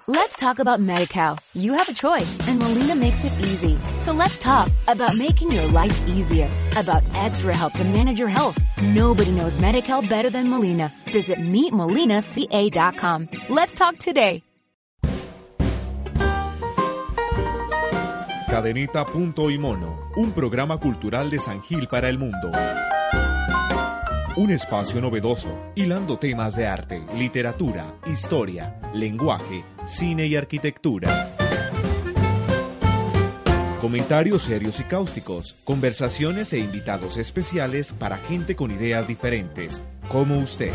Let's talk about Medi-Cal. You have a choice, and Molina makes it easy. So let's talk about making your life easier, about extra help to manage your health. Nobody knows Medi-Cal better than Molina. Visit meetmolinaca.com. Let's talk today. Cadeneta Punto y Mono, un programa cultural de San Gil para el mundo. Un espacio novedoso, hilando temas de arte, literatura, historia, lenguaje, cine y arquitectura. Comentarios serios y cáusticos, conversaciones e invitados especiales para gente con ideas diferentes, como usted.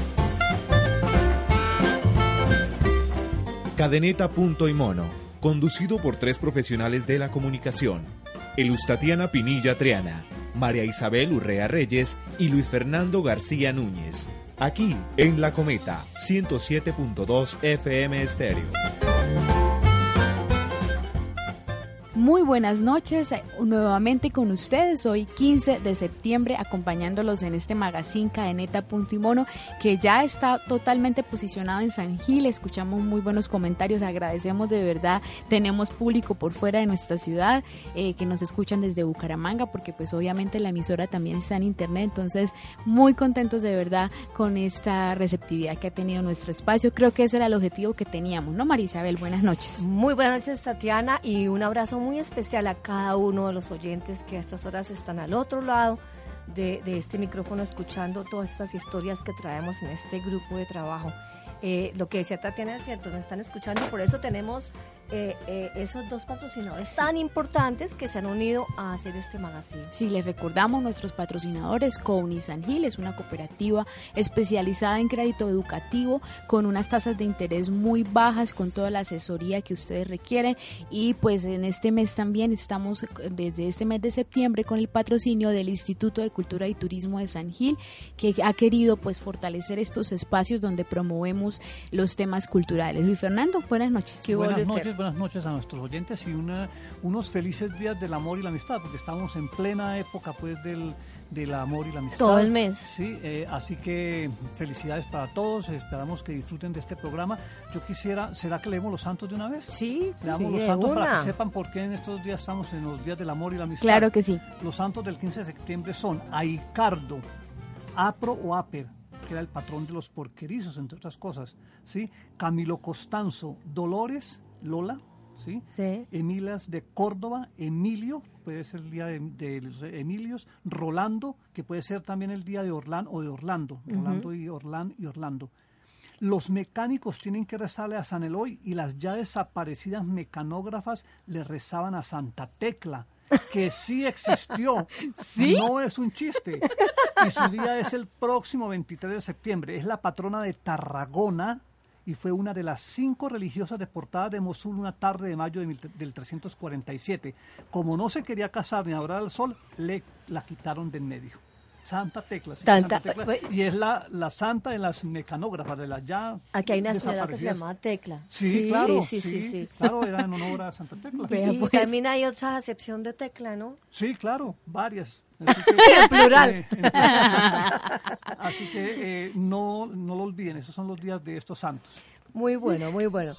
Cadeneta Punto y Mono, conducido por 3 profesionales de la comunicación: Elustatiana Pinilla Triana, María Isabel Urrea Reyes y Luis Fernando García Núñez. Aquí, en La Cometa, 107.2 FM Estéreo. Muy buenas noches, nuevamente con ustedes, hoy 15 de septiembre, acompañándolos en este magazine Cadeneta Punto y Mono, que ya está totalmente posicionado en San Gil. Escuchamos muy buenos comentarios, agradecemos de verdad, tenemos público por fuera de nuestra ciudad, que nos escuchan desde Bucaramanga, porque pues obviamente la emisora también está en internet, entonces muy contentos de verdad con esta receptividad que ha tenido nuestro espacio. Creo que ese era el objetivo que teníamos, ¿no, María Isabel? Buenas noches. Muy buenas noches, Tatiana, y un abrazo muy especial a cada uno de los oyentes que a estas horas están al otro lado de este micrófono escuchando todas estas historias que traemos en este grupo de trabajo. Lo que decía Tatiana es cierto, nos están escuchando, por eso tenemos esos 2 patrocinadores tan importantes que se han unido a hacer este magazine. Sí, les recordamos nuestros patrocinadores. COUNI San Gil es una cooperativa especializada en crédito educativo con unas tasas de interés muy bajas, con toda la asesoría que ustedes requieren, y pues en este mes también estamos desde este mes de septiembre con el patrocinio del Instituto de Cultura y Turismo de San Gil, que ha querido pues fortalecer estos espacios donde promovemos los temas culturales. Luis Fernando, buenas noches. Buenas noches a nuestros oyentes y unos felices días del amor y la amistad, porque estamos en plena época pues del amor y la amistad. Todo el mes. Sí, así que felicidades para todos, esperamos que disfruten de este programa. Yo quisiera, ¿será que leemos los santos de una vez? Sí, leamos los santos para que sepan por qué en estos días estamos en los días del amor y la amistad. Claro que sí. Los santos del 15 de septiembre son Aicardo, Apro o Aper, que era el patrón de los porquerizos, entre otras cosas, ¿sí? Camilo Costanzo, Dolores, Lola, ¿sí? Sí. Emilas de Córdoba, Emilio, puede ser el día de los Emilios, Rolando, que puede ser también el día de Orlán o de Orlando, Rolando y Orlando. Los mecánicos tienen que rezarle a San Eloy, y las ya desaparecidas mecanógrafas le rezaban a Santa Tecla, que sí existió. ¿Sí? No es un chiste. Y su día es el próximo 23 de septiembre. Es la patrona de Tarragona y fue una de las 5 religiosas deportadas de Mosul una tarde de mayo del 347. Como no se quería casar ni adorar al sol, la quitaron de en medio. Santa Tecla, sí, Santa Tecla, y es la santa de las mecanógrafas, de las ya aquí hay una señora que se llama Tecla. Sí, claro, sí, claro, era en honor a Santa Tecla. Y pues también hay otra acepción de Tecla, ¿no? Sí, claro, varias. En plural. Así que no lo olviden, esos son los días de estos santos. Muy bueno, muy bueno.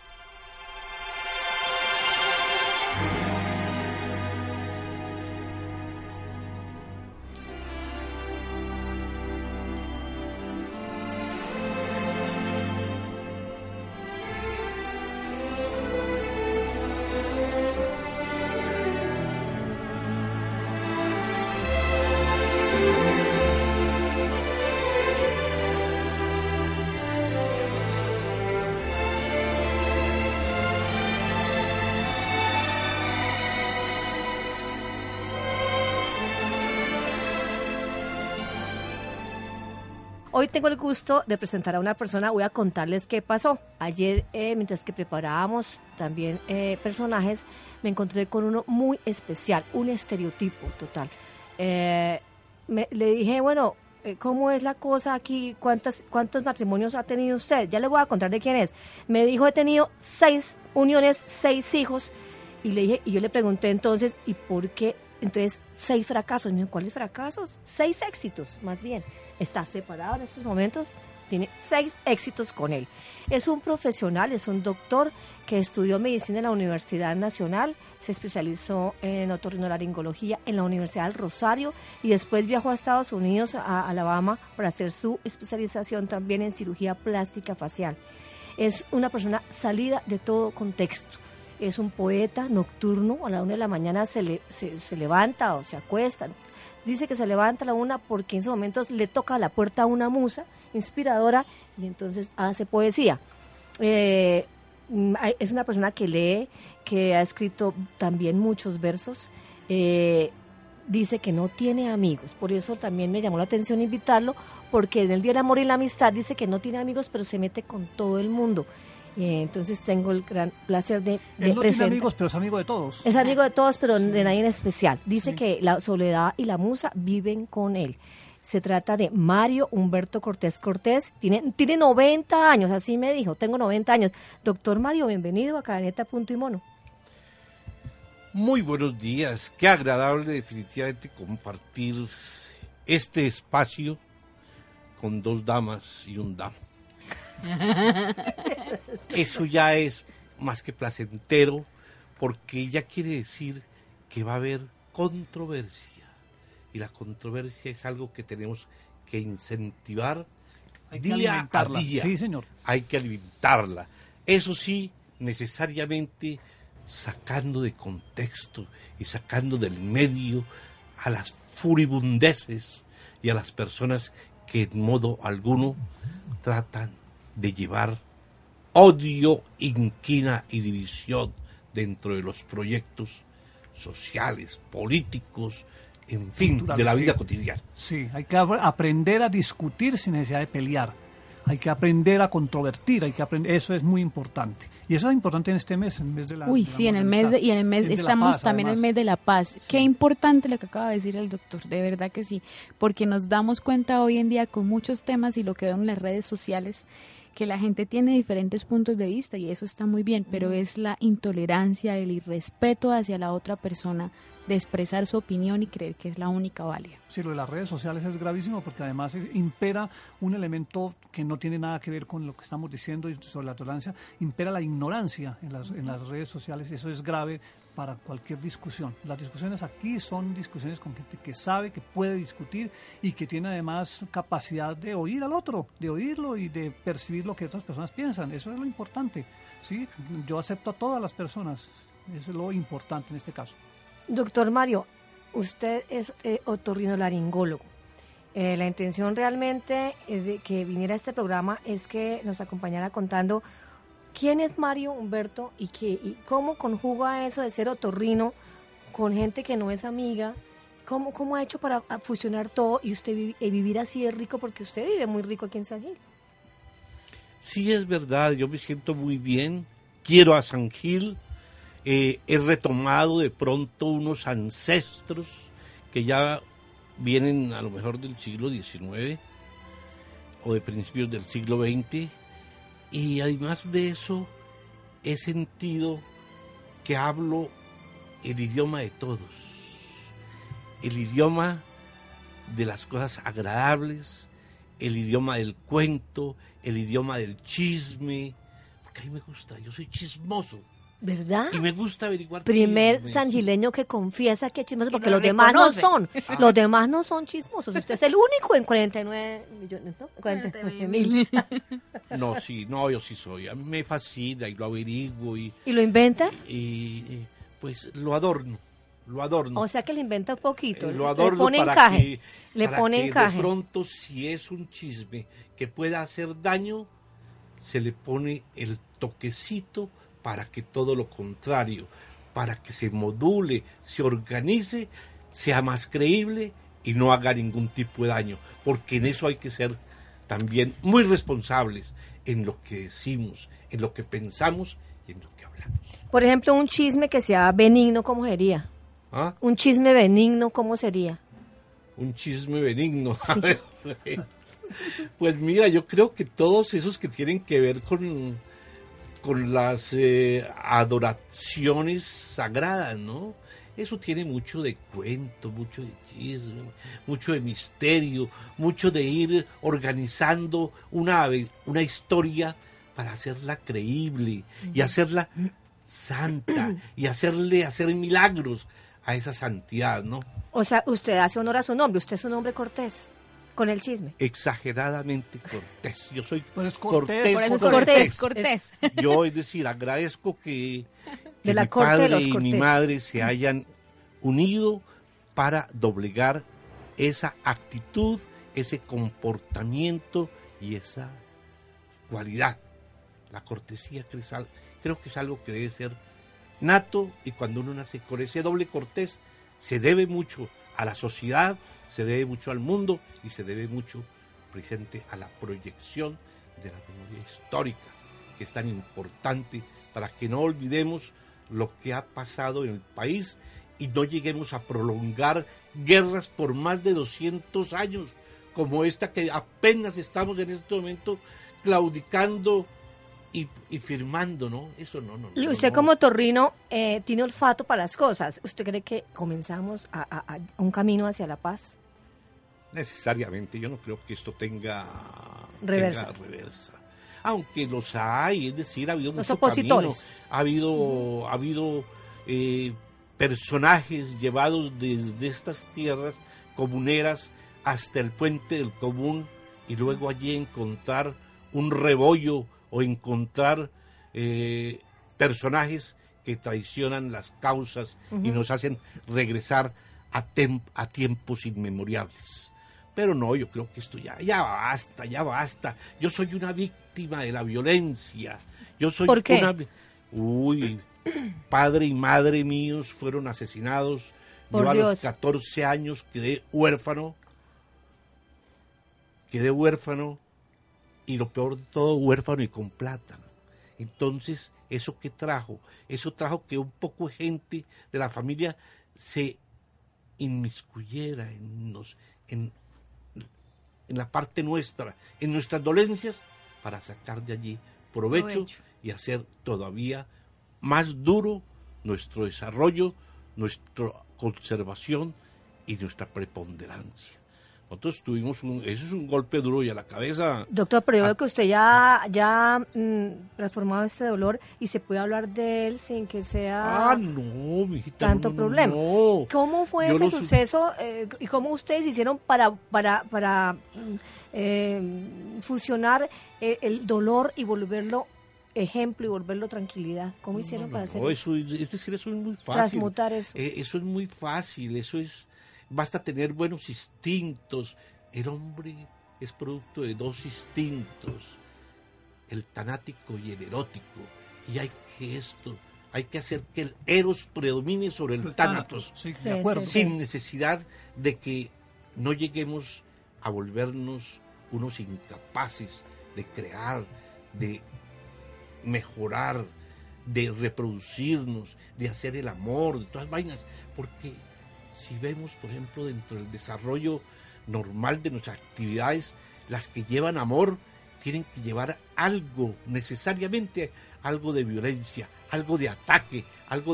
Hoy tengo el gusto de presentar a una persona, voy a contarles qué pasó. Ayer, mientras que preparábamos también personajes, me encontré con uno muy especial, un estereotipo total. Le dije, bueno, ¿cómo es la cosa aquí? ¿Cuántos matrimonios ha tenido usted? Ya le voy a contar de quién es. Me dijo, he tenido 6 uniones, 6 hijos. Y le dije, y yo le pregunté entonces, ¿y por qué? Entonces, 6 fracasos. Me dijo, ¿cuáles fracasos? 6 éxitos, más bien. ¿Está separado en estos momentos? tiene 6 éxitos con él. Es un profesional, es un doctor que estudió medicina en la Universidad Nacional, se especializó en otorrinolaringología en la Universidad del Rosario y después viajó a Estados Unidos, a Alabama, para hacer su especialización también en cirugía plástica facial. Es una persona salida de todo contexto. Es un poeta nocturno, a la 1 de la mañana se levanta o se acuesta. Dice que se levanta a la 1 porque en esos momentos le toca a la puerta a una musa inspiradora y entonces hace poesía. Es una persona que lee, que ha escrito también muchos versos. Dice que no tiene amigos, por eso también me llamó la atención invitarlo, porque en el Día del Amor y la Amistad dice que no tiene amigos, pero se mete con todo el mundo. Entonces tengo el gran placer de Él no presentar. tiene amigos, pero es amigo de todos. Es amigo de todos, pero de nadie en especial. Dice que la soledad y la musa viven con él. Se trata de Mario Humberto Cortés Cortés. Tiene 90 años, así me dijo, tengo 90 años. Doctor Mario, bienvenido a Cadeneta Punto y Mono. Muy buenos días, qué agradable definitivamente compartir este espacio con 2 damas y un damo. Eso ya es más que placentero, porque ya quiere decir que va a haber controversia, y la controversia es algo que tenemos que incentivar día a día. Sí, señor. Hay que alimentarla. Eso sí, necesariamente sacando de contexto y sacando del medio a las furibundeces y a las personas que en modo alguno tratan de llevar odio, inquina y división dentro de los proyectos sociales, políticos, en fin, Cultural, de la vida sí. cotidiana. Sí, hay que aprender a discutir sin necesidad de pelear. Hay que aprender a controvertir, eso es muy importante. Y eso es importante en este mes, en el mes de la Uy, sí, en el mes amistad. y en el mes El de la estamos paz, también en el además. mes de la paz. Sí. Qué importante lo que acaba de decir el doctor, de verdad que sí, porque nos damos cuenta hoy en día con muchos temas y lo que veo en las redes sociales, que la gente tiene diferentes puntos de vista y eso está muy bien, pero es la intolerancia, el irrespeto hacia la otra persona de expresar su opinión y creer que es la única válida. Sí, lo de las redes sociales es gravísimo porque además impera un elemento que no tiene nada que ver con lo que estamos diciendo sobre la tolerancia, impera la ignorancia en las redes sociales y eso es grave para cualquier discusión. Las discusiones aquí son discusiones con gente que sabe, que puede discutir y que tiene además capacidad de oír al otro, de oírlo y de percibir lo que otras personas piensan. Eso es lo importante, ¿sí? Yo acepto a todas las personas, eso es lo importante en este caso. Doctor Mario, usted es otorrinolaringólogo. La intención realmente de que viniera a este programa es que nos acompañara contando quién es Mario Humberto y cómo conjuga eso de ser otorrino con gente que no es amiga. ¿Cómo ha hecho para fusionar todo y usted vivir así de rico? Porque usted vive muy rico aquí en San Gil. Sí, es verdad, yo me siento muy bien, quiero a San Gil. He retomado de pronto unos ancestros que ya vienen a lo mejor del siglo XIX o de principios del siglo XX, y además de eso he sentido que hablo el idioma de todos, el idioma de las cosas agradables, el idioma del cuento, el idioma del chisme, porque a mí me gusta, yo soy chismoso. ¿Verdad? Y me gusta averiguar Primer chismes. sangileño que confiesa que es chismoso, porque lo los demás reconoce. no son. Los demás no son chismosos. Usted es el único en 49 millones, ¿no? 49.000. No, sí, no, yo sí soy. A mí me fascina y lo averiguo ¿Y lo inventa? y pues lo adorno. O sea que le inventa un poquito. Lo Le adorno pone para encaje. que, Le para pone que encaje. de pronto, si es un chisme que pueda hacer daño, se le pone el toquecito para que todo lo contrario, para que se module, se organice, sea más creíble y no haga ningún tipo de daño, porque en eso hay que ser también muy responsables en lo que decimos, en lo que pensamos y en lo que hablamos. Por ejemplo, un chisme que sea benigno, ¿cómo sería? ¿Ah? Un chisme benigno, ¿cómo sería? Un chisme benigno. A ver, pues mira, yo creo que todos esos que tienen que ver con las adoraciones sagradas, ¿no? eso tiene mucho de cuento, mucho de chisme, mucho de misterio, mucho de ir organizando una historia para hacerla creíble y hacerla santa y hacer milagros a esa santidad, ¿no? O sea, usted hace honor a su nombre, usted es un hombre cortés, con el chisme. Exageradamente cortés. Yo soy Pero es cortés. cortés. Por eso es cortés. Yo, es decir, agradezco que De la mi corte de padre los y mi cortés. madre se hayan unido para doblegar esa actitud, ese comportamiento y esa cualidad. La cortesía creo que es algo que debe ser nato, y cuando uno nace con ese doble cortés, se debe mucho a la sociedad, se debe mucho al mundo y se debe mucho presente a la proyección de la memoria histórica, que es tan importante para que no olvidemos lo que ha pasado en el país y no lleguemos a prolongar guerras por más de 200 años, como esta que apenas estamos en este momento claudicando y firmando, ¿no? Eso no. Y usted como torrino tiene olfato para las cosas. ¿Usted cree que comenzamos a un camino hacia la paz? Necesariamente, yo no creo que esto tenga Reversa. Aunque los hay, es decir, ha habido Los mucho opositores. camino, ha habido personajes llevados desde estas tierras comuneras hasta el puente del común, y luego allí encontrar un rebollo o encontrar personajes que traicionan las causas y nos hacen regresar a tiempos inmemoriales. Pero no, yo creo que esto ya basta. Yo soy una víctima de la violencia. Yo soy ¿Por qué? Padre y madre míos fueron asesinados. Por Yo a Dios. los 14 años quedé huérfano, y lo peor de todo, huérfano y con plata. Entonces, ¿eso qué trajo? Eso trajo que un poco de gente de la familia se inmiscuyera en la parte nuestra, en nuestras dolencias, para sacar de allí provecho y hacer todavía más duro nuestro desarrollo, nuestra conservación y nuestra preponderancia. Nosotros tuvimos eso es un golpe duro y a la cabeza. Doctor, pero yo veo que usted ya transformado este dolor y se puede hablar de él sin que sea No, mijita, tanto no, problema. no. ¿Cómo fue Yo ese no suceso y cómo ustedes hicieron para fusionar el dolor y volverlo ejemplo y volverlo tranquilidad? ¿Cómo hicieron para hacer eso? Es decir, eso es muy fácil. Transmutar eso. Eso es muy fácil, basta tener buenos instintos. El hombre es producto de dos instintos, el tanático y el erótico, y hay que hacer que el eros predomine sobre el tánatos, Sí, Sí, de acuerdo. sí, sí. sin necesidad de que no lleguemos a volvernos unos incapaces de crear, de mejorar, de reproducirnos, de hacer el amor, de todas vainas, porque si vemos, por ejemplo, dentro del desarrollo normal de nuestras actividades, las que llevan amor tienen que llevar algo, necesariamente algo de violencia, algo de ataque, algo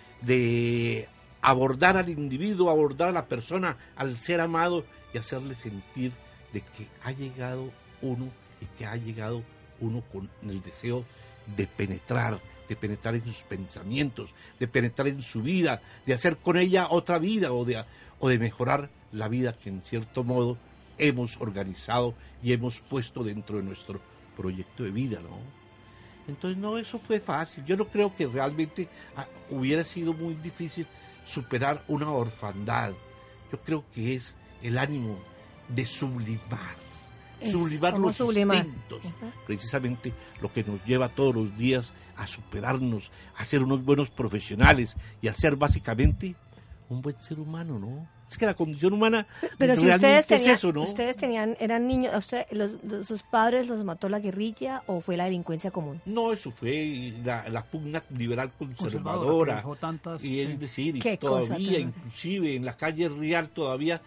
de abordar al individuo, abordar a la persona, al ser amado, y hacerle sentir de que ha llegado uno y que ha llegado uno con el deseo de penetrar en sus pensamientos, de penetrar en su vida, de hacer con ella otra vida o de mejorar la vida que en cierto modo hemos organizado y hemos puesto dentro de nuestro proyecto de vida, ¿no? Entonces, no, eso fue fácil. Yo no creo que realmente hubiera sido muy difícil superar una orfandad. Yo creo que es el ánimo de sublimar ¿cómo los sublimar? instintos, precisamente lo que nos lleva todos los días a superarnos, a ser unos buenos profesionales y a ser básicamente un buen ser humano, ¿no? Es que la condición humana Pero si realmente ustedes es eso, ¿no? eran niños, ¿sus padres los mató la guerrilla o fue la delincuencia común? No, eso fue la pugna liberal Conservadora, conservadora. que dejó tantas, Y es sí. decir, y Qué cosa todavía, tan- inclusive en la calle Real todavía,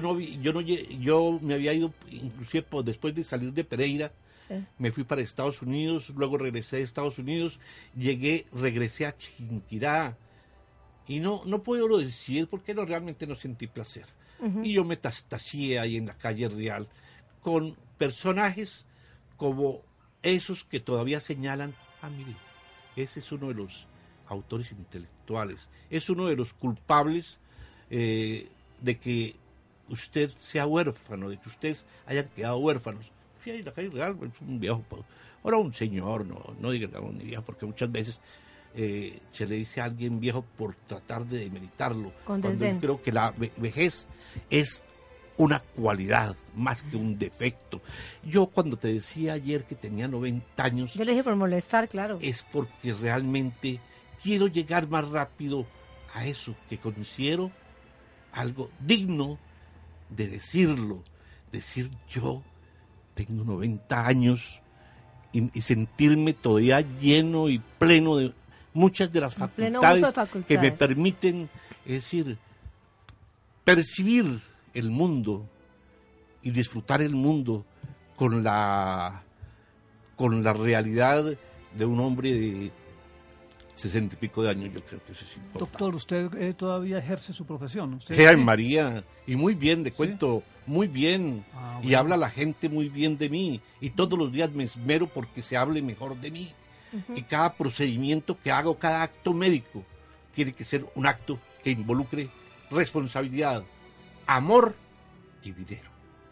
yo me había ido, inclusive después de salir de Pereira, Sí. me fui para Estados Unidos, luego regresé de Estados Unidos, regresé a Chiquinquirá, Y no puedo decir porque realmente no sentí placer. Y yo me tastacié ahí en la calle Real con personajes como esos que todavía señalan, mire, ese es uno de los autores intelectuales, es uno de los culpables de que usted sea huérfano, de que ustedes hayan quedado huérfanos. Fui ahí en la calle Real, es un viejo, ahora un señor, no digamos ni viejo, porque muchas veces se le dice a alguien viejo por tratar de demeritarlo. Cuando yo creo que la vejez es una cualidad más que un defecto. Yo cuando te decía ayer que tenía 90 años... Yo le dije por molestar, claro. Es porque realmente quiero llegar más rápido a eso que considero algo digno de decirlo. Decir yo tengo 90 años y sentirme todavía lleno y pleno de muchas de las facultades que me permiten, es decir, percibir el mundo y disfrutar el mundo con la realidad de un hombre de 60 y pico de años. Yo creo que eso es importante. Doctor, ¿usted todavía ejerce su profesión? Ay, María, y muy bien, le cuento, muy bien, bueno. Y habla la gente muy bien de mí, y todos los días me esmero porque se hable mejor de mí. Y cada procedimiento que hago, cada acto médico, tiene que ser un acto que involucre responsabilidad, amor y dinero.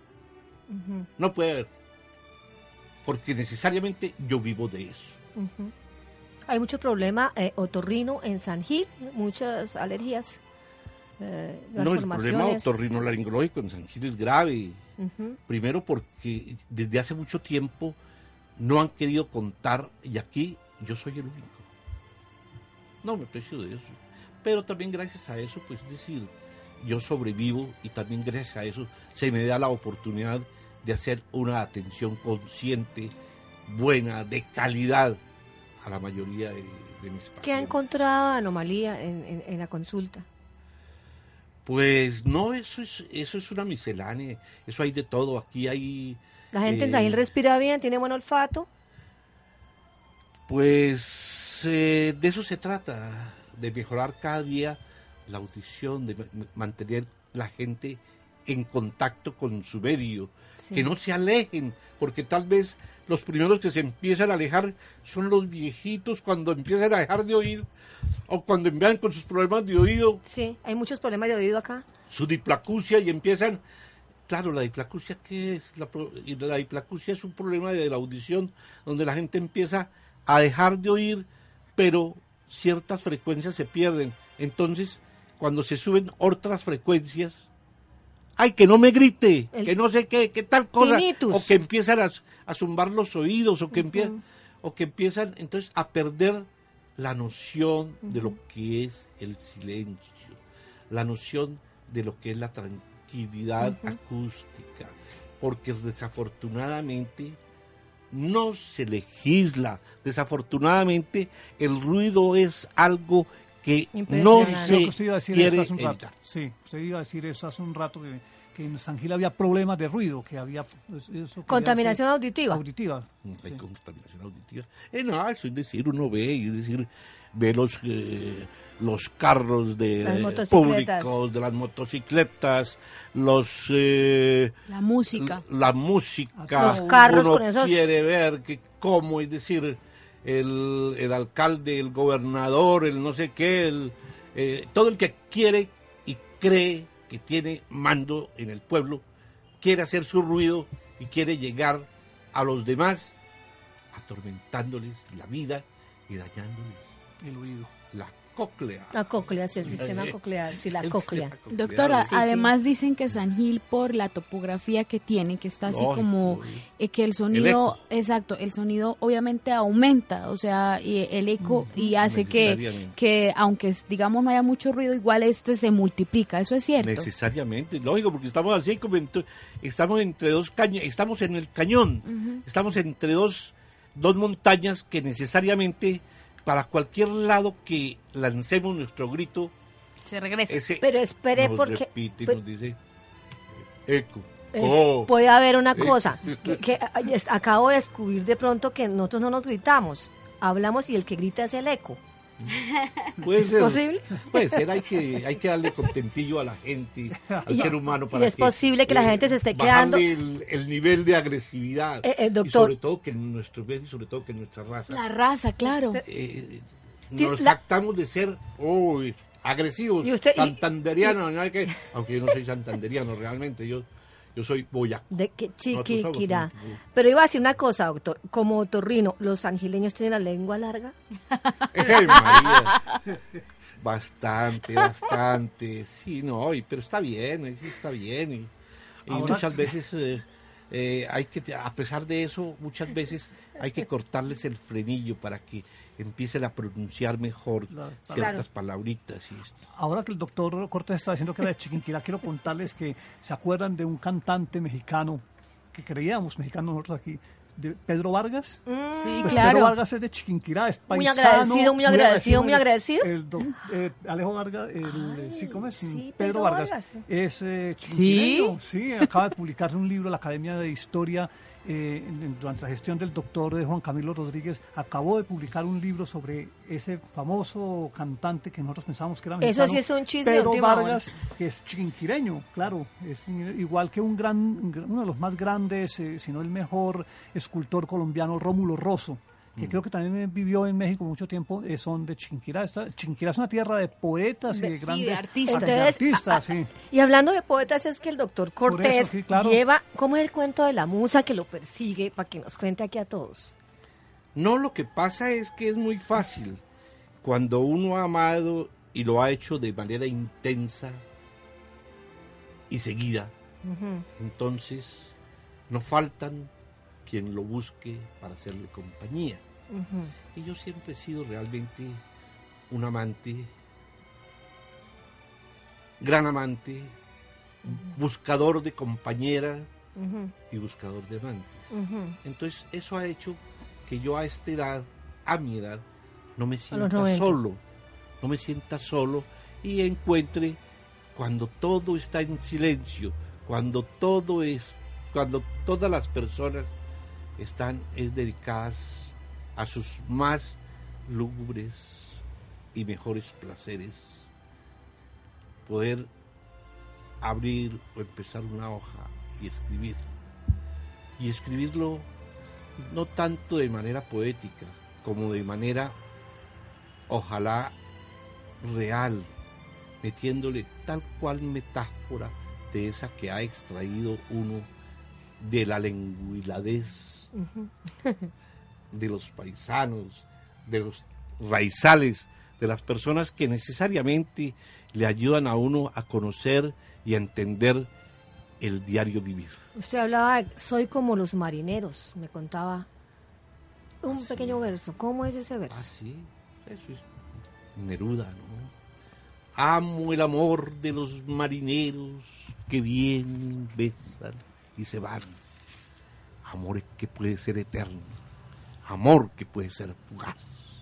No puede haber, porque necesariamente yo vivo de eso. Hay mucho problema otorrino en San Gil, muchas alergias. No, el problema otorrinolaringológico en San Gil es grave. Primero porque desde hace mucho tiempo no han querido contar, y aquí yo soy el único. No me aprecio de eso. Pero también gracias a eso, pues es decir, yo sobrevivo y también gracias a eso se me da la oportunidad de hacer una atención consciente, buena, de calidad a la mayoría de mis pacientes. ¿Qué ha encontrado anomalía en la consulta? Pues no, eso es una miscelánea, eso hay de todo, aquí hay... ¿La gente en San Gil respira bien, tiene buen olfato? Pues de eso se trata, de mejorar cada día la audición, de mantener la gente en contacto con su medio, sí. Que no se alejen, porque tal vez los primeros que se empiezan a alejar son los viejitos cuando empiezan a dejar de oír, o cuando empiezan con sus problemas de oído. Sí, hay muchos problemas de oído acá. Su diplacusia y empiezan... Claro, la diplacusia, ¿qué es? La diplacusia es un problema de la audición donde la gente empieza a dejar de oír, pero ciertas frecuencias se pierden. Entonces, cuando se suben otras frecuencias, ¡ay, que no me grite! Que no sé qué tal cosa. Tinnitus. O que empiezan a zumbar los oídos, o que empiezan entonces a perder la noción de lo que es el silencio, la noción de lo que es la tranquilidad acústica, porque desafortunadamente no se legisla, desafortunadamente el ruido es algo que no se quiere evitar. Sí, usted iba a decir eso hace un rato, que en San Gil había problemas de ruido, que había... Contaminación auditiva. Hay contaminación auditiva. No, eso es decir, uno ve los carros públicos, de las motocicletas, la música, los carros uno con esos... quiere ver que cómo, es decir, el alcalde, el gobernador, el no sé qué, todo el que quiere y cree que tiene mando en el pueblo, quiere hacer su ruido y quiere llegar a los demás atormentándoles la vida y dañándoles el oído. La cóclea, sí, el sistema coclear, sí, la cóclea. Doctora, sí, además dicen que San Gil, por la topografía que tiene, que está así como que el sonido, el sonido obviamente aumenta, o sea, y el eco y hace que aunque digamos no haya mucho ruido, igual se multiplica, ¿eso es cierto? Necesariamente, lógico, porque estamos así como estamos entre dos estamos en el cañón, estamos entre dos montañas que necesariamente para cualquier lado que lancemos nuestro grito, se regresa. Pero espere, nos porque repite, nos dice eco. Puede haber una cosa que acabo de descubrir de pronto, que nosotros no nos gritamos, hablamos y el que grita es el eco. Puede ser. posible? Puede ser, hay que darle contentillo a la gente, al ser humano, para y es posible que la gente se esté quedando... el nivel de agresividad. Doctor. Y sobre todo que en nuestro medio, y sobre todo que en nuestra raza. La raza, claro. Nos jactamos de ser agresivos, ¿Y usted, santanderianos, ¿no? Aunque yo no soy santanderiano realmente, yo soy boyacá. De que Chiquinquirá. Pero iba a decir una cosa, doctor. Como otorrino, ¿los sangileños tienen la lengua larga? María. Bastante. Sí, no, pero está bien, sí está bien. Y muchas veces hay que, a pesar de eso, muchas veces hay que cortarles el frenillo para que empiecen a pronunciar mejor ciertas palabritas. Ahora que el doctor Cortés está diciendo que era de Chiquinquirá, quiero contarles que se acuerdan de un cantante mexicano, que creíamos mexicano nosotros aquí, de Pedro Vargas. Sí, Pues claro. Pedro Vargas es de Chiquinquirá, es Muy paisano. muy agradecido. Alejo Vargas, ¿sí, cómo es? Sí, Pedro Vargas. Es chiquinquireño. Sí, acaba de publicar un libro, la Academia de Historia, durante la gestión del doctor Juan Camilo Rodríguez, acabó de publicar un libro sobre ese famoso cantante que nosotros pensábamos que era mexicano. Eso sí es un chisme de Pedro última Vargas, que es chiquinquireño, claro, es igual que uno de los más grandes, si no el mejor escultor colombiano, Rómulo Rosso, que creo que también vivió en México mucho tiempo, son de Chiquinquirá. Chiquinquirá es una tierra de poetas y de grandes artistas. sí. Y hablando de poetas, es que el doctor Cortés sí, claro. lleva, ¿cómo es el cuento de la musa que lo persigue? Para que nos cuente aquí a todos. No, lo que pasa es que es muy fácil. Cuando uno ha amado y lo ha hecho de manera intensa y seguida, entonces no faltan quien lo busque para hacerle compañía. Y yo siempre he sido realmente un amante, gran amante, buscador de compañera y buscador de amantes. Entonces eso ha hecho que yo a mi edad, no me sienta solo y encuentre, cuando todo está en silencio, cuando todas las personas están dedicadas a sus más lúgubres y mejores placeres, poder abrir o empezar una hoja y escribirlo no tanto de manera poética como de manera ojalá real, metiéndole tal cual metáfora de esa que ha extraído uno de la lenguiladez de los paisanos, de los raizales, de las personas que necesariamente le ayudan a uno a conocer y a entender el diario vivir. Usted hablaba, soy como los marineros, me contaba un pequeño verso. ¿Cómo es ese verso? Sí, eso es Neruda, ¿no? Amo el amor de los marineros que vienen, besan y se van. Amor que puede ser eterno, amor que puede ser fugaz.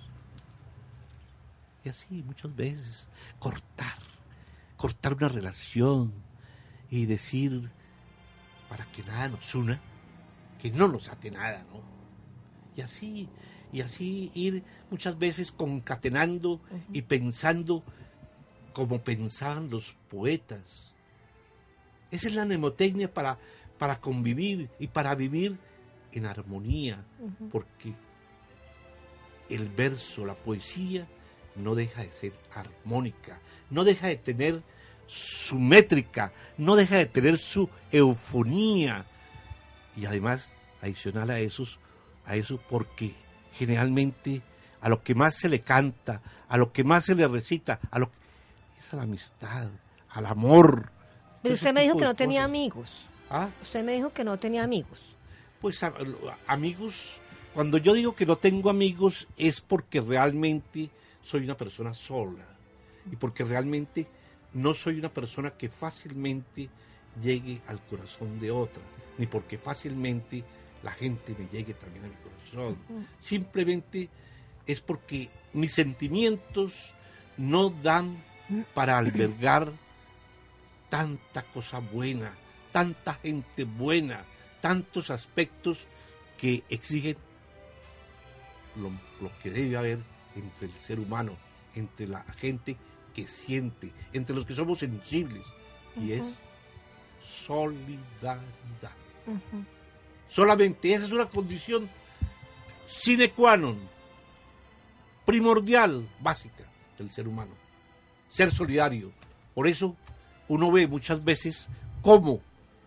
Y así muchas veces cortar una relación y decir, para que nada nos una, que no nos ate nada, ¿no? Y así ir muchas veces concatenando y pensando como pensaban los poetas. Esa es la mnemotecnia para convivir y para vivir en armonía, porque el verso, la poesía, no deja de ser armónica, no deja de tener su métrica, no deja de tener su eufonía, y además, adicional a eso, porque generalmente a lo que más se le canta, a lo que más se le recita, es a la amistad, al amor. Pero usted me dijo que no tenía amigos. ¿Ah? Usted me dijo que no tenía amigos. Pues amigos, cuando yo digo que no tengo amigos es porque realmente soy una persona sola y porque realmente no soy una persona que fácilmente llegue al corazón de otra, ni porque fácilmente la gente me llegue también a mi corazón. Simplemente es porque mis sentimientos no dan para albergar tanta cosa buena, tanta gente buena, tantos aspectos que exigen lo que debe haber entre el ser humano, entre la gente que siente, entre los que somos sensibles, y es solidaridad. Solamente esa es una condición sine qua non, primordial, básica del ser humano, ser solidario. Por eso uno ve muchas veces cómo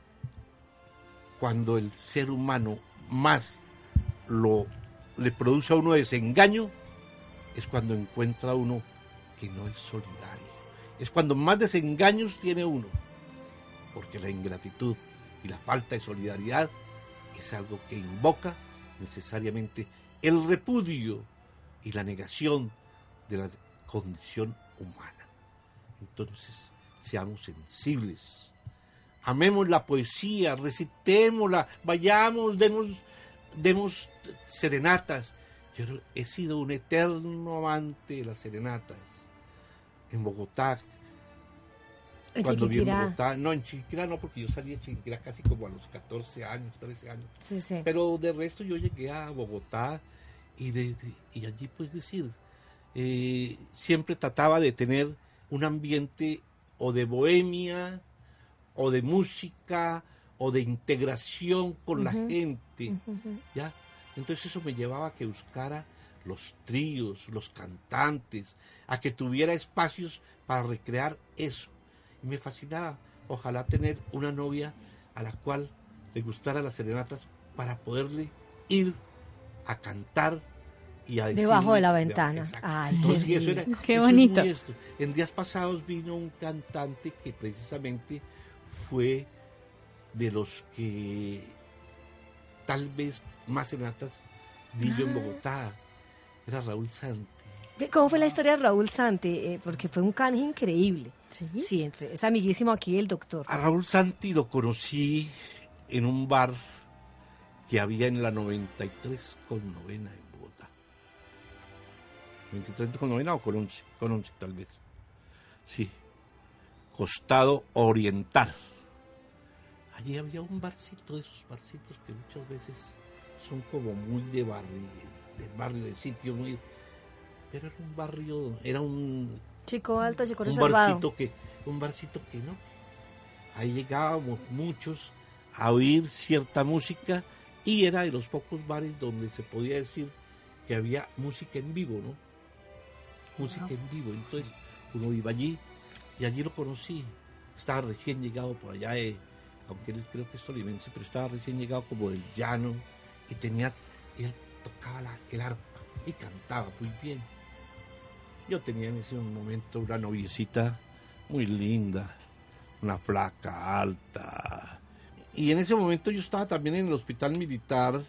cuando el ser humano más le produce a uno desengaño, es cuando encuentra uno que no es solidario. Es cuando más desengaños tiene uno, porque la ingratitud y la falta de solidaridad es algo que invoca necesariamente el repudio y la negación de la condición humana. Entonces, seamos sensibles, amemos la poesía, recitémosla, vayamos, demos serenatas. Yo he sido un eterno amante de las serenatas. En Bogotá, ¿En cuando vi en Chiquinquirá? Bogotá, no, en Chiquinquirá no, porque yo salí de Chiquinquirá casi como a los 14 años, 13 años. Sí, sí. Pero de resto yo llegué a Bogotá y allí pues decir, siempre trataba de tener un ambiente o de bohemia, o de música, o de integración con la gente, ¿ya? Entonces eso me llevaba a que buscara los tríos, los cantantes, a que tuviera espacios para recrear eso. Y me fascinaba, ojalá tener una novia a la cual le gustara las serenatas para poderle ir a cantar y a decirle Debajo de la ventana. Exacto. Ay, Entonces, qué eso era, lindo. Qué eso es bonito. muy esto. En días pasados vino un cantante que precisamente fue de los que tal vez más serenatas di yo en Bogotá. Era Raúl Santi. ¿Cómo fue la historia de Raúl Santi? Porque fue un canje increíble. ¿Sí? Sí, es amiguísimo aquí el doctor. A Raúl Santi lo conocí en un bar que había en la 93 con novena en Bogotá. 23 con novena o con 11 tal vez. Sí, Costado Oriental. Allí había un barcito, de esos barcitos que muchas veces son como muy de barrio, de sitio muy... Pero era un barrio, era un Chico alto, chico reservado. un barcito que no. Ahí llegábamos muchos a oír cierta música y era de los pocos bares donde se podía decir que había música en vivo, ¿no? Música en vivo. Entonces uno iba allí y allí lo conocí. Estaba recién llegado por allá aunque él creo que es tolimense, pero estaba recién llegado como del llano y él tocaba el arpa y cantaba muy bien. Yo tenía en ese momento una noviecita muy linda, una flaca, alta. Y en ese momento yo estaba también en el hospital militar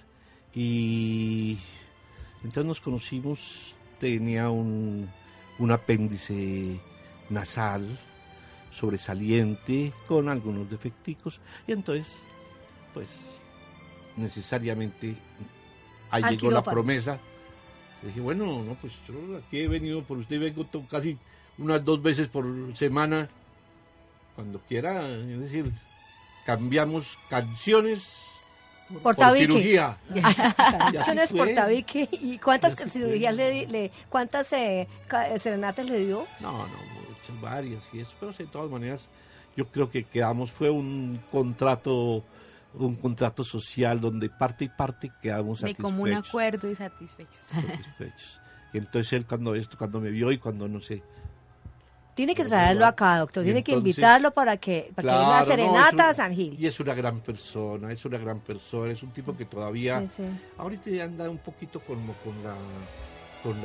y entonces nos conocimos. Tenía un apéndice nasal sobresaliente con algunos defecticos y entonces pues necesariamente ahí Al llegó la quirófano. promesa. Le dije, bueno, no, pues yo aquí he venido por usted, vengo casi unas 2 veces por semana, cuando quiera, es decir, cambiamos canciones por Portavique. cirugía. Y así Canciones fue. Portavique. ¿Y cuántas Y así cirugías fue. cuántas serenatas le dio? No, muchas, varias y eso, pero de todas maneras yo creo que quedamos, fue un contrato social donde parte y parte quedamos De satisfechos. común acuerdo y satisfechos. satisfechos. Y entonces él cuando me vio y cuando no sé. Tiene que Pero traerlo bueno, acá, doctor. y Tiene que entonces- invitarlo para que dé una serenata a San Gil. Y es una gran persona, es un tipo que todavía Sí, sí. ahorita ya anda un poquito como con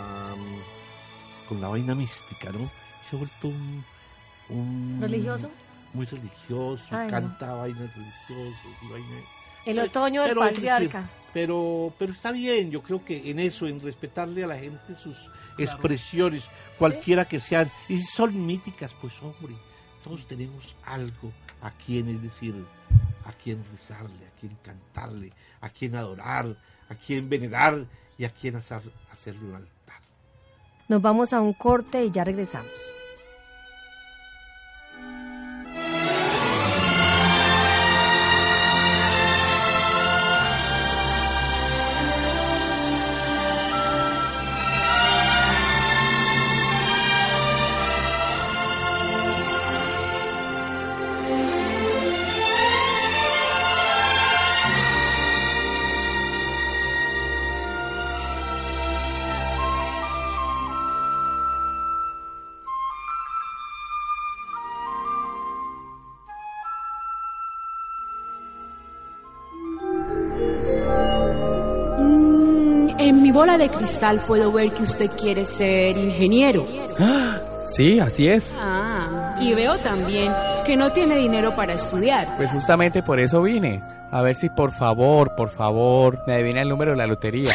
la vaina mística, ¿no? Se ha vuelto un ¿Religioso? muy religioso, Ay, no. canta vainas religiosas y vainas. El otoño del Pero es decir, patriarca. Pero está bien, yo creo que en eso, en respetarle a la gente sus expresiones, cualquiera que sean, y si son míticas, pues hombre, todos tenemos algo a quien, es decir, a quien rezarle, a quien cantarle, a quien adorar, a quien venerar y a quien hacerle un altar. Nos vamos a un corte y ya regresamos. bola de cristal puedo ver que usted quiere ser ingeniero. Sí, así es. Y veo también que no tiene dinero para estudiar. Pues justamente por eso vine. A ver si por favor, me adivina el número de la lotería.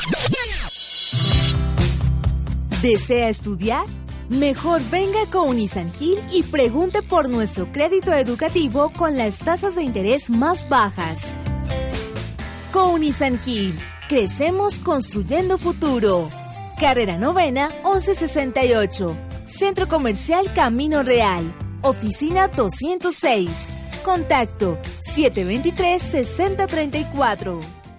¿Desea estudiar? Mejor venga con Unisangil y pregunte por nuestro crédito educativo con las tasas de interés más bajas. Con Unisangil, crecemos construyendo futuro. Carrera Novena 1168. Centro Comercial Camino Real. Oficina 206. Contacto 723-6034.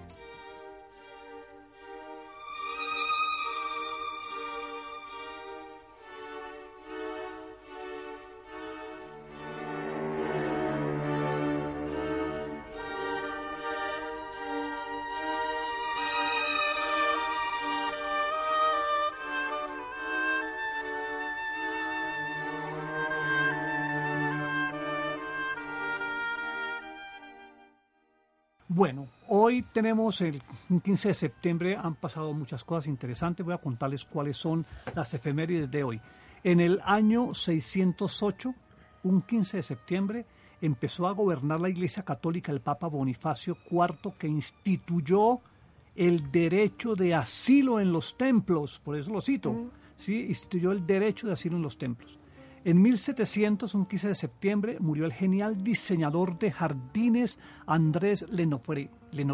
Bueno, hoy tenemos el 15 de septiembre, han pasado muchas cosas interesantes, voy a contarles cuáles son las efemérides de hoy. En el año 608, un 15 de septiembre, empezó a gobernar la Iglesia Católica el Papa Bonifacio IV, que instituyó el derecho de asilo en los templos, por eso lo cito, ¿sí? Instituyó el derecho de asilo en los templos. En 1700, un 15 de septiembre, murió el genial diseñador de jardines Andrés Lenotre.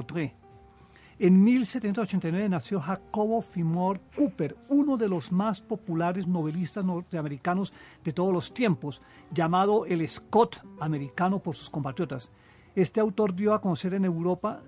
En 1789 nació Jacobo Fillmore Cooper, uno de los más populares novelistas norteamericanos de todos los tiempos, llamado el Scott americano por sus compatriotas. Este autor se dio a conocer en Europa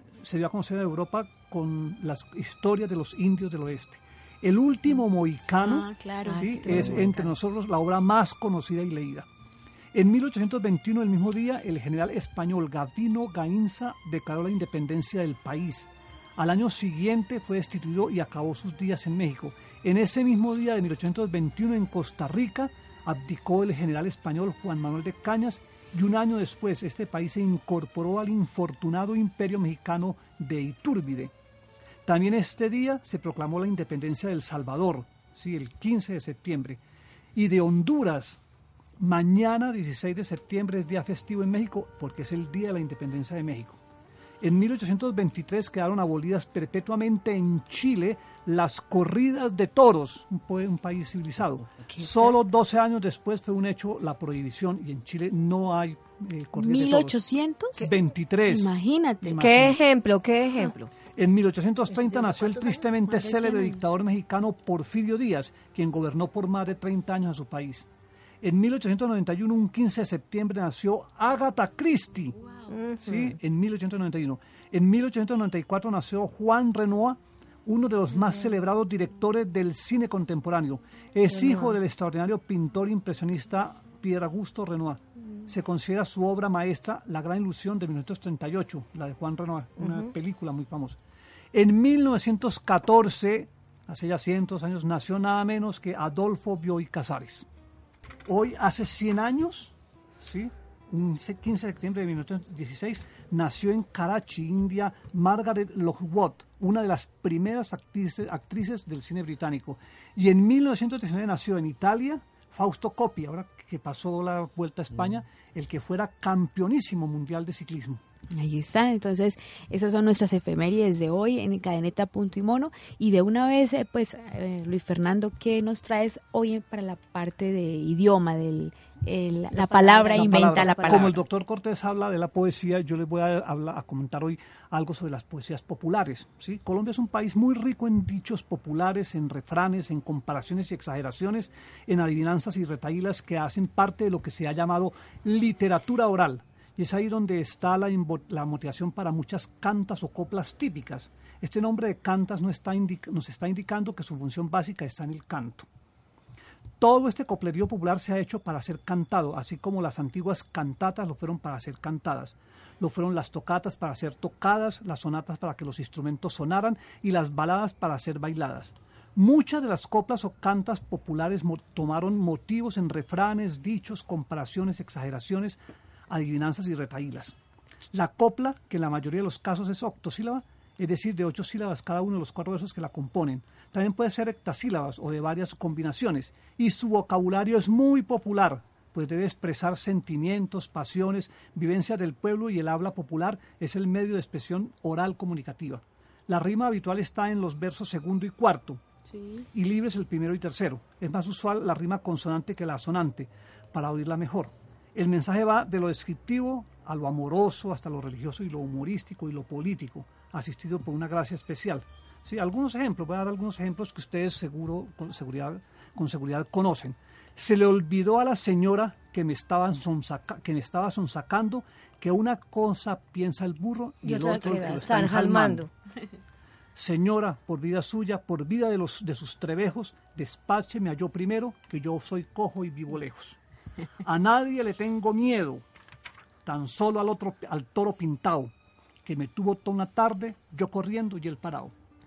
con las historias de los indios del oeste. El último mohicano, ¿sí? Es entre nosotros la obra más conocida y leída. En 1821, el mismo día, el general español Gavino Gainza declaró la independencia del país. Al año siguiente fue destituido y acabó sus días en México. En ese mismo día de 1821, en Costa Rica, abdicó el general español Juan Manuel de Cañas y un año después este país se incorporó al infortunado imperio mexicano de Iturbide. También este día se proclamó la independencia de El Salvador, ¿sí? El 15 de septiembre, y de Honduras. Mañana, 16 de septiembre, es día festivo en México porque es el día de la independencia de México. En 1823 quedaron abolidas perpetuamente en Chile las corridas de toros, un país civilizado. Solo 12 años después fue un hecho la prohibición y en Chile no hay corridas de toros. ¿1823? Imagínate. ¿Qué ejemplo? En 1830 nació el tristemente célebre dictador mexicano Porfirio Díaz, quien gobernó por más de 30 años a su país. En 1891, un 15 de septiembre, nació Agatha Christie. ¿Sí? En 1891. En 1894 nació Juan Renoir, uno de los más celebrados directores del cine contemporáneo. Es hijo del extraordinario pintor impresionista Pierre Auguste Renoir. Se considera su obra maestra La Gran Ilusión de 1938, la de Juan Renoir, una película muy famosa. En 1914, hace ya cientos de años, nació nada menos que Adolfo Bioy Casares. Hoy, hace 100 años, ¿sí? Un 15 de septiembre de 1916, nació en Karachi, India, Margaret Lockwood, una de las primeras actrices del cine británico. Y en 1919 nació en Italia Fausto Coppi, ahora que pasó la Vuelta a España, el que fuera campeonísimo mundial de ciclismo. Ahí está, entonces esas son nuestras efemérides de hoy en Cadeneta.mono y de una vez, Luis Fernando, ¿qué nos traes hoy para la parte de idioma, la palabra, inventa la palabra? Como el doctor Cortés habla de la poesía, yo les voy a comentar hoy algo sobre las poesías populares, ¿sí? Colombia es un país muy rico en dichos populares, en refranes, en comparaciones y exageraciones, en adivinanzas y retahílas que hacen parte de lo que se ha llamado literatura oral. Y es ahí donde está la motivación para muchas cantas o coplas típicas. Este nombre de cantas nos está indicando que su función básica está en el canto. Todo este coplerío popular se ha hecho para ser cantado, así como las antiguas cantatas lo fueron para ser cantadas. Lo fueron las tocatas para ser tocadas, las sonatas para que los instrumentos sonaran y las baladas para ser bailadas. Muchas de las coplas o cantas populares tomaron motivos en refranes, dichos, comparaciones, exageraciones, adivinanzas y retahílas. La copla, que en la mayoría de los casos es octosílaba, es decir, de 8 sílabas cada uno de los 4 versos que la componen. También puede ser hectasílabas o de varias combinaciones. Y su vocabulario es muy popular, pues debe expresar sentimientos, pasiones, vivencias del pueblo, y el habla popular es el medio de expresión oral comunicativa. La rima habitual está en los versos segundo y cuarto, Sí. y libres el primero y tercero. Es más usual la rima consonante que la sonante, para oírla mejor. El mensaje va de lo descriptivo a lo amoroso, hasta lo religioso y lo humorístico y lo político, asistido por una gracia especial. Sí, algunos ejemplos, voy a dar algunos ejemplos que ustedes con seguridad conocen. Se le olvidó a la señora que me estaba sonsacando que una cosa piensa el burro y el otro que lo está enjalmando. Señora, por vida suya, por vida de sus trebejos, despácheme a yo primero, que yo soy cojo y vivo lejos. A nadie le tengo miedo, tan solo al toro pintado, que me tuvo toda una tarde, yo corriendo y él parado.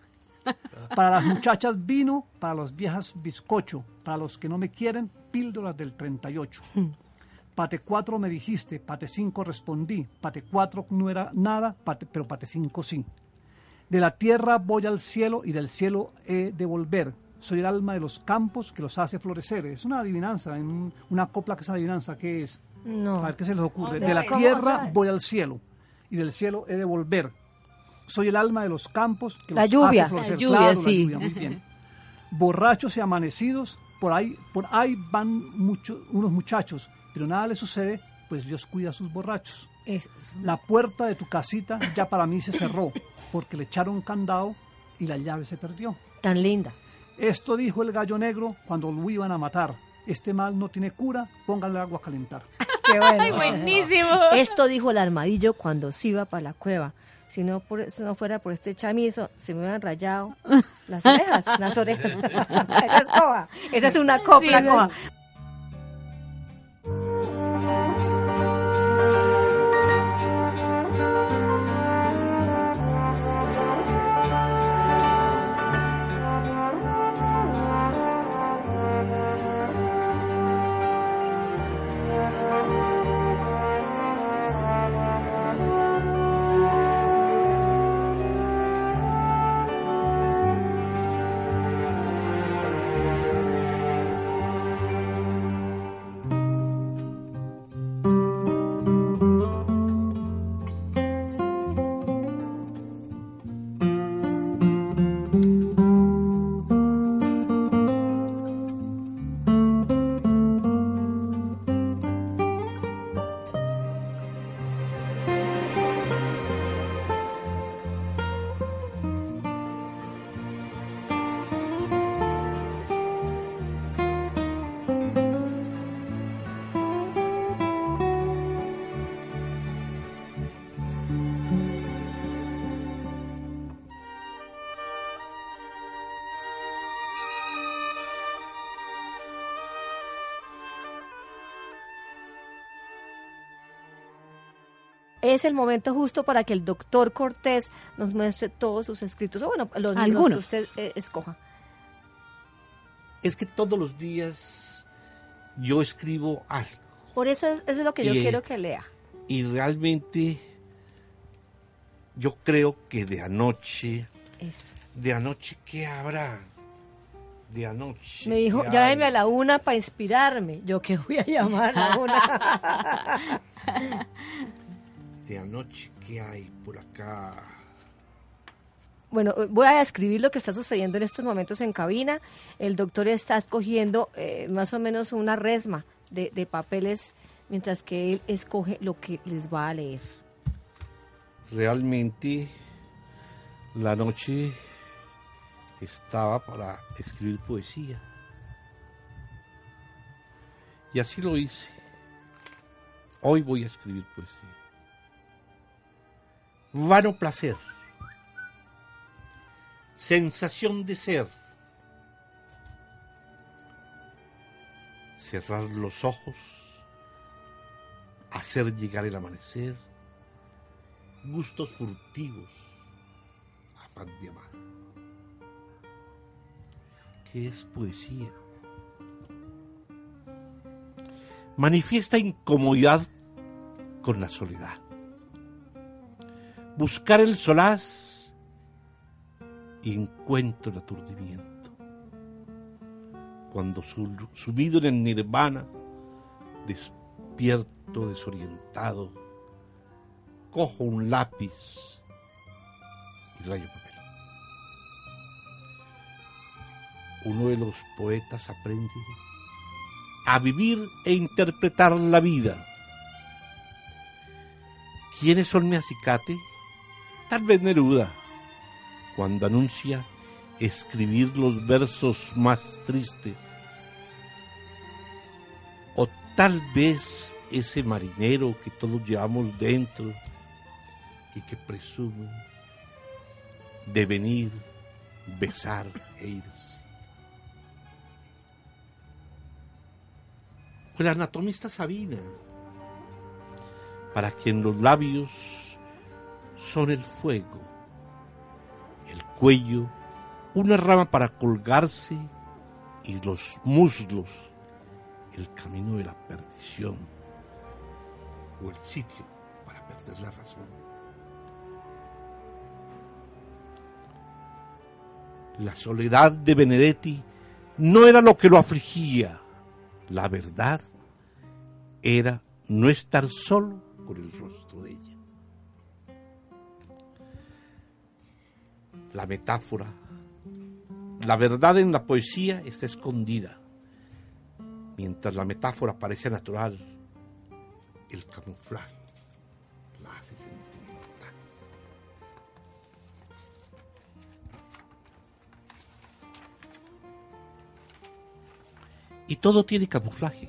Para las muchachas vino, para las viejas bizcocho, para los que no me quieren, píldoras del 38. Pate 4 me dijiste, pate 5 respondí, pate 4 no era nada, pero pate 5 sí. De la tierra voy al cielo y del cielo he de volver. Soy el alma de los campos que los hace florecer. Es una adivinanza, una copla que es una adivinanza. ¿Qué es? No. A ver qué se les ocurre. Otra De la vez. tierra voy al cielo y del cielo he de volver. Soy el alma de los campos que La los lluvia. hace florecer. La lluvia, Claro, sí. la lluvia, muy bien. Borrachos y amanecidos, por ahí van unos muchachos, pero nada les sucede, pues Dios cuida a sus borrachos. La puerta de tu casita ya para mí se cerró, porque le echaron candado y la llave se perdió. Tan linda. Esto dijo el gallo negro cuando lo iban a matar. Este mal no tiene cura, pónganle agua a calentar. Qué bueno. ¡Ay, buenísimo! Esto dijo el armadillo cuando se iba para la cueva. Si no fuera por este chamizo, se me hubieran rayado las orejas. Esa es coja. Esa es una copla Sí, coja. Es el momento justo para que el doctor Cortés nos muestre todos sus escritos, o bueno, los libros que Algunos. usted escoja. Es que todos los días yo escribo algo. Por eso eso es lo que yo Y, quiero que lea. Y realmente yo creo que de anoche, ¿qué habrá? De anoche. Me dijo, ¿qué llámeme hay? a la 1 para inspirarme. Yo que voy a llamar a la 1. De anoche, ¿qué hay por acá? Bueno, voy a escribir lo que está sucediendo en estos momentos en cabina. El doctor está escogiendo más o menos una resma de papeles, mientras que él escoge lo que les va a leer. Realmente la noche estaba para escribir poesía. Y así lo hice. Hoy voy a escribir poesía. Vano placer. Sensación de ser. Cerrar los ojos. Hacer llegar el amanecer. Gustos furtivos. Afán de amar. ¿Qué es poesía? Manifiesta incomodidad con la soledad. Buscar el solaz y encuentro el aturdimiento. Cuando sumido en el nirvana, despierto desorientado, cojo un lápiz y rayo papel. Uno de los poetas aprende a vivir e interpretar la vida. ¿Quién es Sol Acicate? Tal vez Neruda, cuando anuncia escribir los versos más tristes. O tal vez ese marinero que todos llevamos dentro y que presume de venir, besar e irse. O el anatomista Sabina, para quien los labios son el fuego, el cuello una rama para colgarse y los muslos el camino de la perdición o el sitio para perder la razón. La soledad de Benedetti no era lo que lo afligía. La verdad era no estar solo con el rostro de ella. La metáfora, la verdad en la poesía está escondida. Mientras la metáfora parece natural, el camuflaje la hace sentimental. Y todo tiene camuflaje.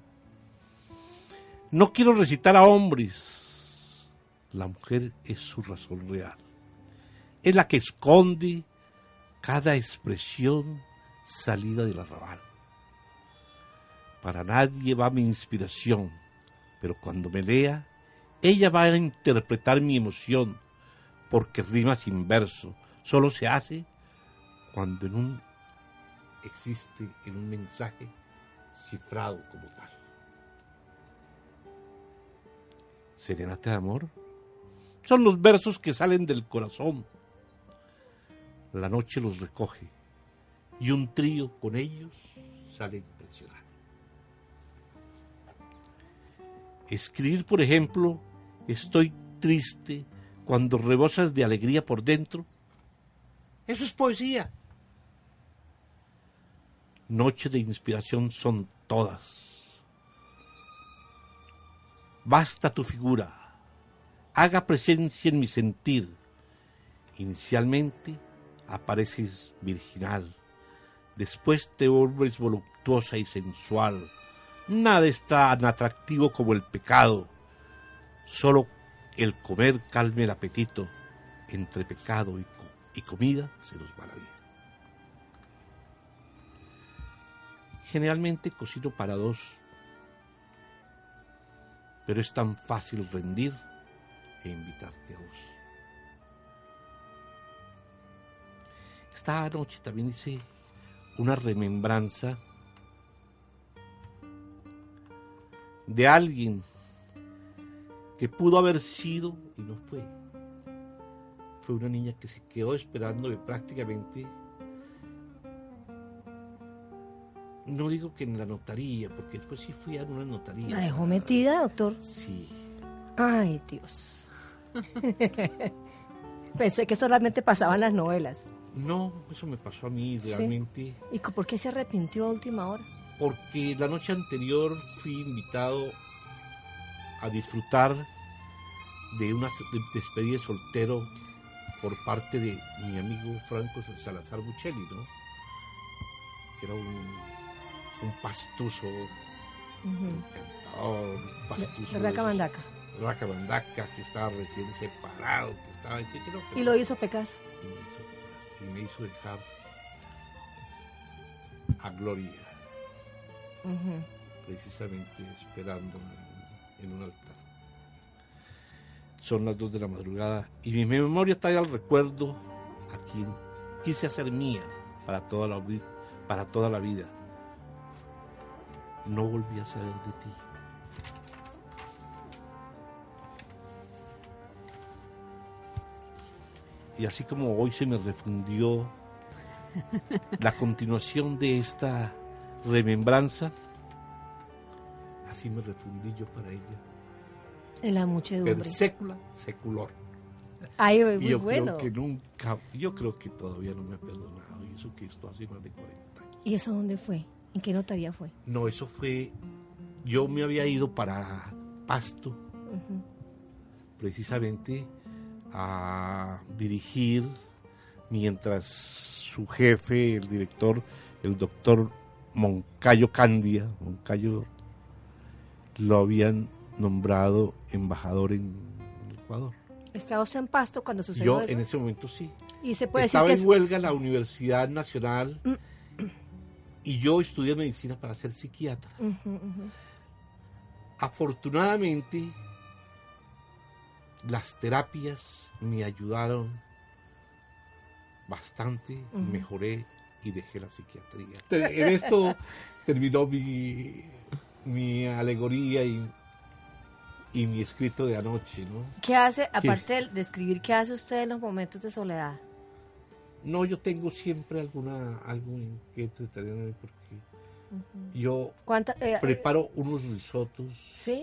No quiero recitar a hombres. La mujer es su razón real. Es la que esconde cada expresión salida del arrabal. Para nadie va mi inspiración, pero cuando me lea, ella va a interpretar mi emoción, porque rima sin verso. Solo se hace cuando existe en un mensaje cifrado como tal. Serenata de amor son los versos que salen del corazón. La noche los recoge y un trío con ellos sale a impresionar. Escribir, por ejemplo, estoy triste cuando rebosas de alegría por dentro. Eso es poesía. Noches de inspiración son todas. Basta tu figura, haga presencia en mi sentir. Inicialmente apareces virginal, después te vuelves voluptuosa y sensual. Nada es tan atractivo como el pecado. Solo el comer calme el apetito. Entre pecado y comida se nos va la vida. Generalmente cocino para dos, pero es tan fácil rendir e invitarte a dos. Esta noche también hice una remembranza de alguien que pudo haber sido y no fue. Fue una niña que se quedó esperándome prácticamente, no digo que en la notaría, porque después sí fui a una notaría. ¿La dejó metida, doctor? Sí. Ay, Dios. Pensé que solamente pasaba en las novelas. No, eso me pasó a mí realmente. ¿Sí? ¿Y por qué se arrepintió a última hora? Porque la noche anterior fui invitado a disfrutar de una despedida de soltero por parte de mi amigo Franco Salazar Buccelli, ¿no? Que era un pastuso, encantador, un pastuso. De Racamandaca. Racamandaca, que estaba recién separado, que estaba... Y lo hizo pecar. Y me hizo dejar a Gloria, precisamente esperando en un altar. Son las 2 de la madrugada y mi memoria está al recuerdo a quien quise hacer mía para toda la vida. No volví a saber de ti. Y así como hoy se me refundió la continuación de esta remembranza, así me refundí yo para ella. En la muchedumbre. Per secula seculor. Ay, Y muy yo bueno. yo creo que todavía no me ha perdonado. Y eso que esto hace más de 40 años. ¿Y eso dónde fue? ¿En qué notaría fue? No, eso fue... Yo me había ido para Pasto, precisamente a dirigir, mientras su jefe, el director, el doctor Moncayo Candia, Moncayo, lo habían nombrado embajador en Ecuador. ¿Estaba usted en Pasto cuando sucedió Yo eso? en ese momento sí. Y se puede Estaba decir en que huelga la Universidad Nacional y yo estudié medicina para ser psiquiatra. Afortunadamente, las terapias me ayudaron bastante, mejoré y dejé la psiquiatría. En esto terminó mi alegoría y mi escrito de anoche, ¿no? ¿qué hace, aparte de escribir, qué hace usted en los momentos de soledad? No, yo tengo siempre algo en que entretenerme porque yo preparo unos risotos. ¿Sí?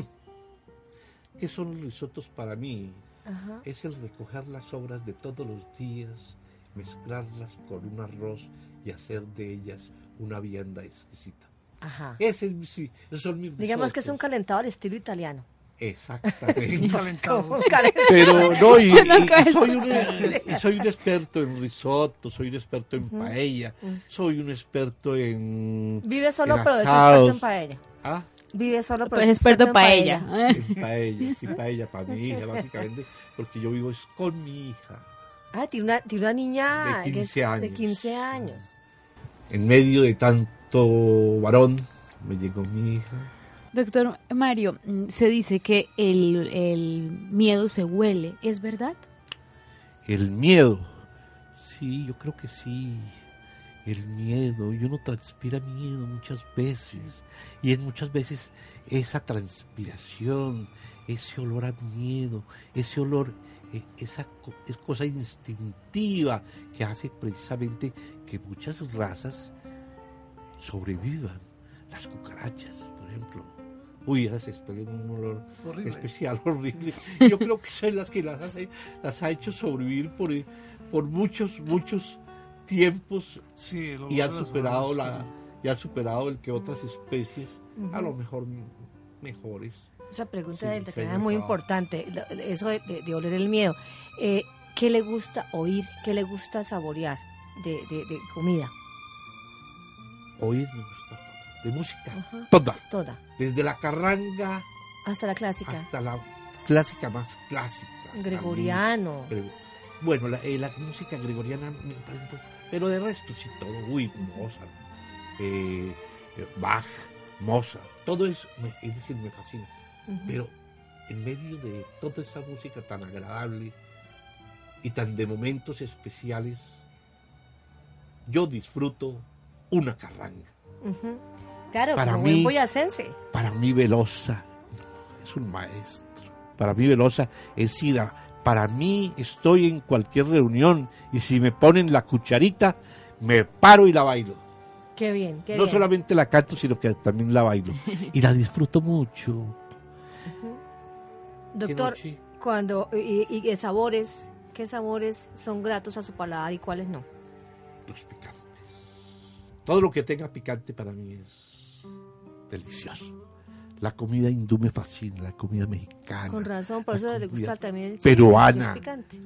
¿Qué son los risotos para mí? Ajá. Es el recoger las sobras de todos los días, mezclarlas con un arroz y hacer de ellas una vianda exquisita. Ajá. Esos son mis Digamos risotos. que es un calentador estilo italiano. Exactamente. Calentado. Pero no, y Yo nunca he soy un experto en risotto, soy un experto en paella, soy un experto en... Vive solo, en pero es asados. experto en paella. ¿Ah? Vive solo, pero Pues es experto en paella. En paella, sí, paella para mi hija, básicamente, porque yo vivo es con mi hija. Ah, tiene una niña De 15 años. de 15 años. En medio de tanto varón, me llegó mi hija. Doctor Mario, se dice que el miedo se huele, ¿es verdad? El miedo. Sí, yo creo que sí. El miedo. Y uno transpira miedo muchas veces. Y en muchas veces esa transpiración, ese olor a miedo, ese olor, esa es cosa instintiva que hace precisamente que muchas razas sobrevivan. Las cucarachas, por ejemplo. Uy, esas expelan un olor Horrible. especial, horrible. Yo creo que son las que las ha hecho sobrevivir por muchos tiempos Sí, el olor y han de las superado flores, y han superado el que otras especies a lo mejor mejores. Esa pregunta Sí, de sí, Tatiana me es muy acaba. importante, eso de oler el miedo. ¿Qué le gusta oír? ¿Qué le gusta saborear de comida? Oír me gusta todo. De música, Ajá. toda. Toda, Desde la carranga hasta la clásica. hasta la clásica más clásica. hasta Gregoriano. Bueno, la música gregoriana me parece, pero de resto sí todo. Uy, Mozart, Bach, Mozart, todo eso, es decir, me fascina. Pero en medio de toda esa música tan agradable y tan de momentos especiales, yo disfruto una carranga. Claro, Para como mí- buen boyacense. Para mí Velosa es un maestro. Para mí Velosa es ida. Para mí estoy en cualquier reunión y si me ponen la cucharita, me paro y la bailo. Qué bien, qué No bien. solamente la canto, sino que también la bailo. Y la disfruto mucho. Doctor, Qué noche. cuando y sabores, ¿qué sabores son gratos a su paladar y cuáles no? Los picantes. Todo lo que tenga picante para mí es delicioso. La comida hindú me fascina, la comida mexicana. Con razón, por la eso le comida gusta también el peruana. chile, que es picante.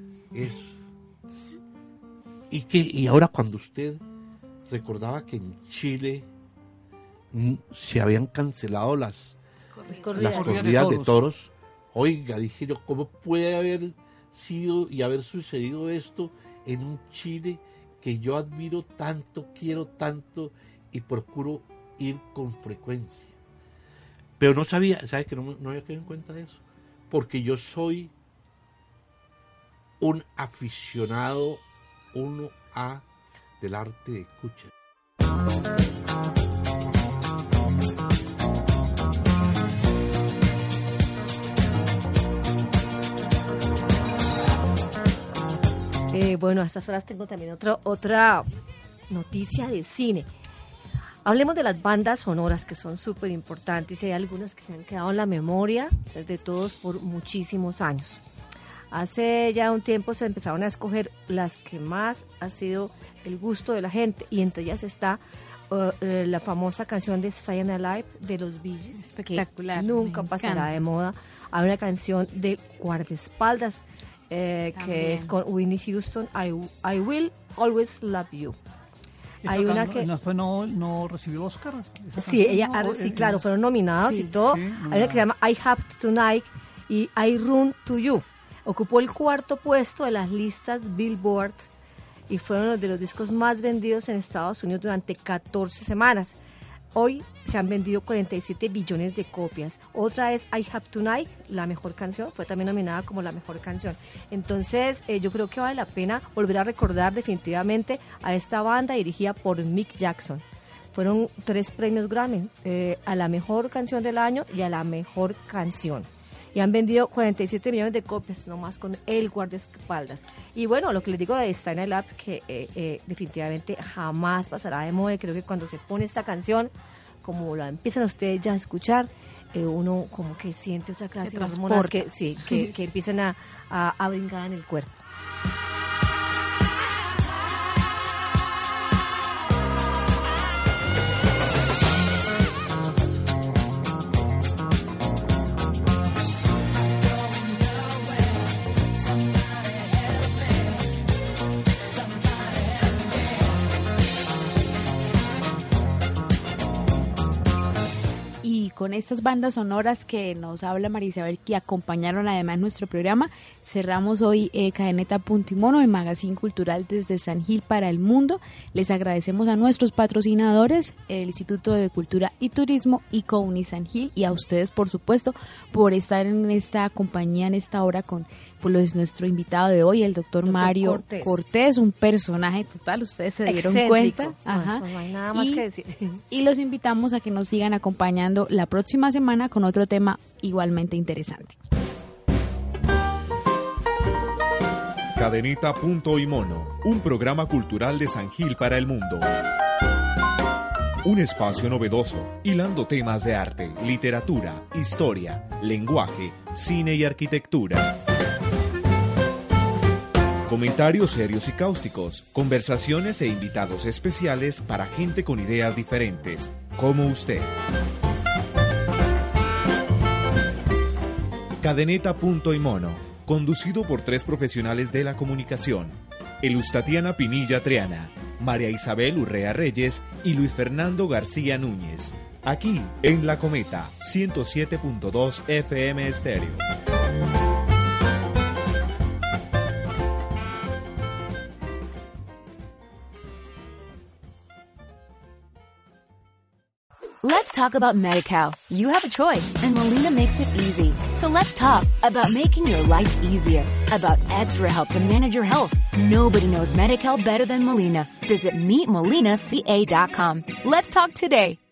Y ahora cuando usted recordaba que en Chile se habían cancelado las Corridas. corridas de toros, oiga, dije yo, ¿cómo puede haber sido y haber sucedido esto en un Chile que yo admiro tanto, quiero tanto y procuro ir con frecuencia? Pero no sabía, ¿sabes que no había quedado en cuenta de eso? Porque yo soy un aficionado 1A del arte de Kuchel. bueno, a estas horas tengo también otra noticia de cine. Hablemos de las bandas sonoras, que son súper importantes, y hay algunas que se han quedado en la memoria de todos por muchísimos años. Hace ya un tiempo se empezaron a escoger las que más ha sido el gusto de la gente, y entre ellas está la famosa canción de Staying Alive de los Bee Gees, espectacular, que nunca pasará de moda. Hay una canción de guardaespaldas que es con Whitney Houston, I Will Always Love You. Hay una que no recibió el Oscar. Sí, claro, fueron nominados y todo. Hay una que se llama I Have Tonight y I Run to You. Ocupó el 4º puesto de las listas Billboard y fueron uno de los discos más vendidos en Estados Unidos durante 14 semanas. Hoy se han vendido 47 billones de copias. Otra es I Have Tonight, la mejor canción, fue también nominada como la mejor canción. Entonces, yo creo que vale la pena volver a recordar definitivamente a esta banda dirigida por Mick Jackson. Fueron 3 premios Grammy, a la mejor canción del año y a la mejor canción. Y han vendido 47 millones de copias, nomás con el guardaespaldas. Y bueno, lo que les digo de Staying Alive, que definitivamente jamás pasará de moda. Creo que cuando se pone esta canción, como la empiezan ustedes ya a escuchar, uno como que siente otra clase de hormonas que empiezan a brincar en el cuerpo. Con estas bandas sonoras que nos habla María Isabel, que acompañaron además nuestro programa, cerramos hoy Cadeneta Punto y Mono, el magazine cultural desde San Gil para el mundo. Les agradecemos a nuestros patrocinadores, el Instituto de Cultura y Turismo y COUNI San Gil, y a ustedes, por supuesto, por estar en esta compañía en esta hora con nuestro invitado de hoy, el doctor Mario Cortés, un personaje total, ustedes se dieron cuenta. Ajá. No hay nada más que decir. Y los invitamos a que nos sigan acompañando la próxima semana con otro tema igualmente interesante. Cadeneta Punto y Mono, un programa cultural de San Gil para el mundo. Un espacio novedoso, hilando temas de arte, literatura, historia, lenguaje, cine y arquitectura. Comentarios serios y cáusticos, conversaciones e invitados especiales para gente con ideas diferentes, como usted. Cadeneta Punto y Mono, conducido por 3 profesionales de la comunicación: Elustatiana Pinilla Triana, María Isabel Urrea Reyes y Luis Fernando García Núñez. Aquí en La Cometa, 107.2 FM Estéreo. Let's talk about Medi-Cal. You have a choice, and Molina makes it easy. So let's talk about making your life easier, about extra help to manage your health. Nobody knows Medi-Cal better than Molina. Visit meetmolinaca.com. Let's talk today.